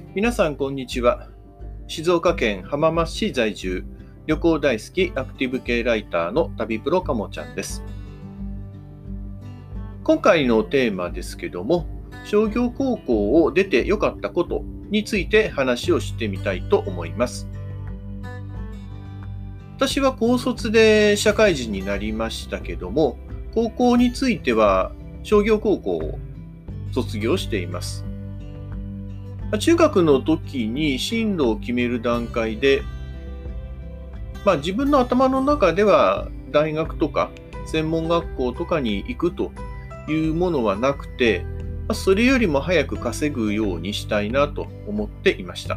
皆さん、こんにちは。静岡県浜松市在住、旅行大好きアクティブ系ライターの旅プロかもちゃんです。今回のテーマですけども、商業高校を出てよかったことについて話をしてみたいと思います。私は高卒で社会人になりましたけども、高校については商業高校を卒業しています。中学の時に進路を決める段階で、自分の頭の中では大学とか専門学校とかに行くというものはなくて、それよりも早く稼ぐようにしたいなと思っていました。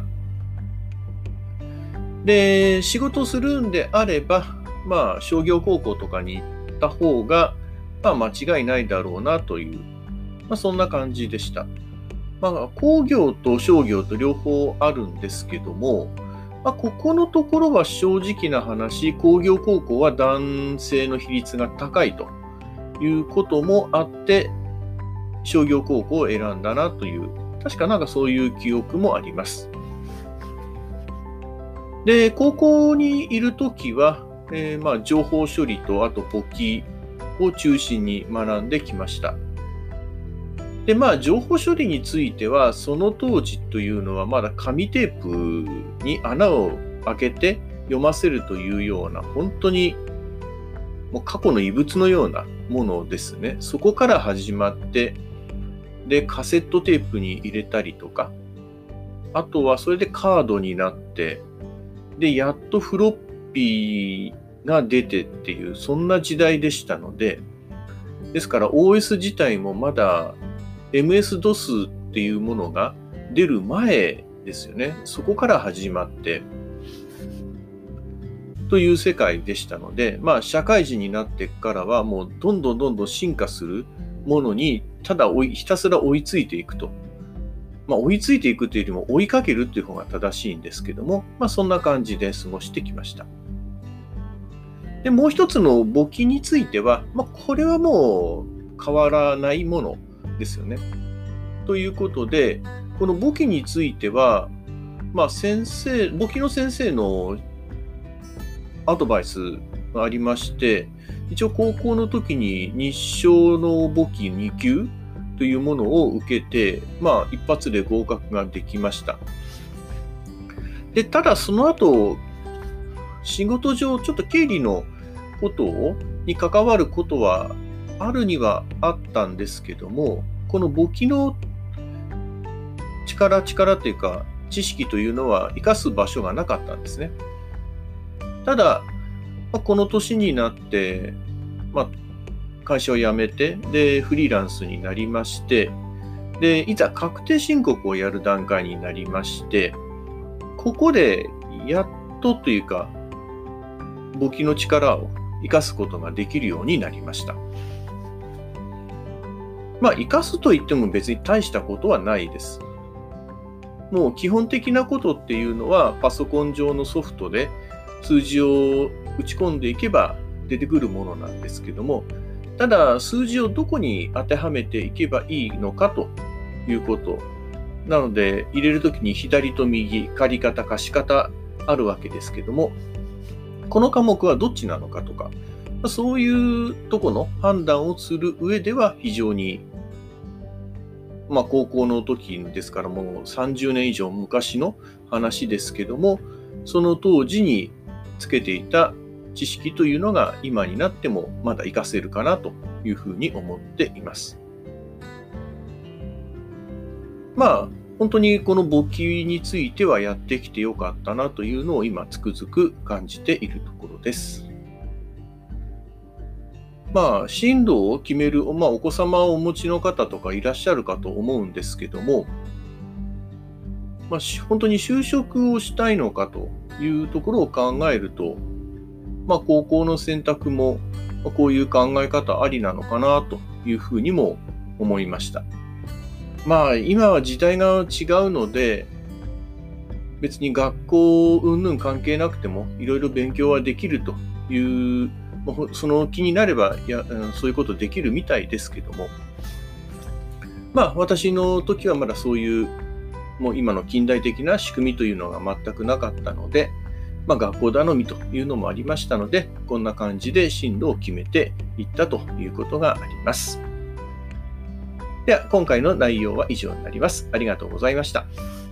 で、仕事をするんであれば、商業高校とかに行った方が、間違いないだろうなという、そんな感じでした。工業と商業と両方あるんですけども、ここのところは正直な話、工業高校は男性の比率が高いということもあって、商業高校を選んだなという、確かそういう記憶もあります。で、高校にいるときは、情報処理とあと簿記を中心に学んできました。で、情報処理については、その当時というのはまだ紙テープに穴を開けて読ませるというような、本当にもう過去の遺物のようなものですね。そこから始まって、で、カセットテープに入れたりとか、あとはそれでカードになって、で、やっとフロッピーが出てっていう、そんな時代でしたので、ですから OS 自体もまだMS-DOS っていうものが出る前ですよね。そこから始まってという世界でしたので、社会人になってからはもうどんどん進化するものにただひたすら追いついていくと。追いついていくというよりも追いかけるという方が正しいんですけども、そんな感じで過ごしてきました。で、もう一つの簿記については、これはもう変わらないものですよね。ということで、この簿記については、簿記の先生のアドバイスがありまして、一応高校の時に日商の簿記2級というものを受けて、一発で合格ができました。で、ただその後、仕事上ちょっと経理のことに関わることはあるにはあったんですけども、この簿記の力というか知識というのは生かす場所がなかったんですね。ただ、この年になって、会社を辞めて、で、フリーランスになりまして、で、いざ確定申告をやる段階になりまして、ここでやっとというか、簿記の力を生かすことができるようになりました。生かすといっても別に大したことはないです。もう基本的なことっていうのはパソコン上のソフトで数字を打ち込んでいけば出てくるものなんですけども、ただ数字をどこに当てはめていけばいいのかということ。なので入れるときに左と右、借方、貸方あるわけですけども、この科目はどっちなのかとか、そういうとこの判断をする上では非常に、高校の時ですからもう30年以上昔の話ですけども、その当時につけていた知識というのが今になってもまだ活かせるかなというふうに思っています。本当にこの簿記についてはやってきてよかったなというのを今つくづく感じているところです。進路を決める、お子様をお持ちの方とかいらっしゃるかと思うんですけども、本当に就職をしたいのかというところを考えると、高校の選択もこういう考え方ありなのかなというふうにも思いました。今は時代が違うので、別に学校云々関係なくてもいろいろ勉強はできるという、その気になればそういうことできるみたいですけども、私の時はまだそういうもう今の近代的な仕組みというのが全くなかったので、学校頼みというのもありましたので、こんな感じで進路を決めていったということがあります。では、今回の内容は以上になります。ありがとうございました。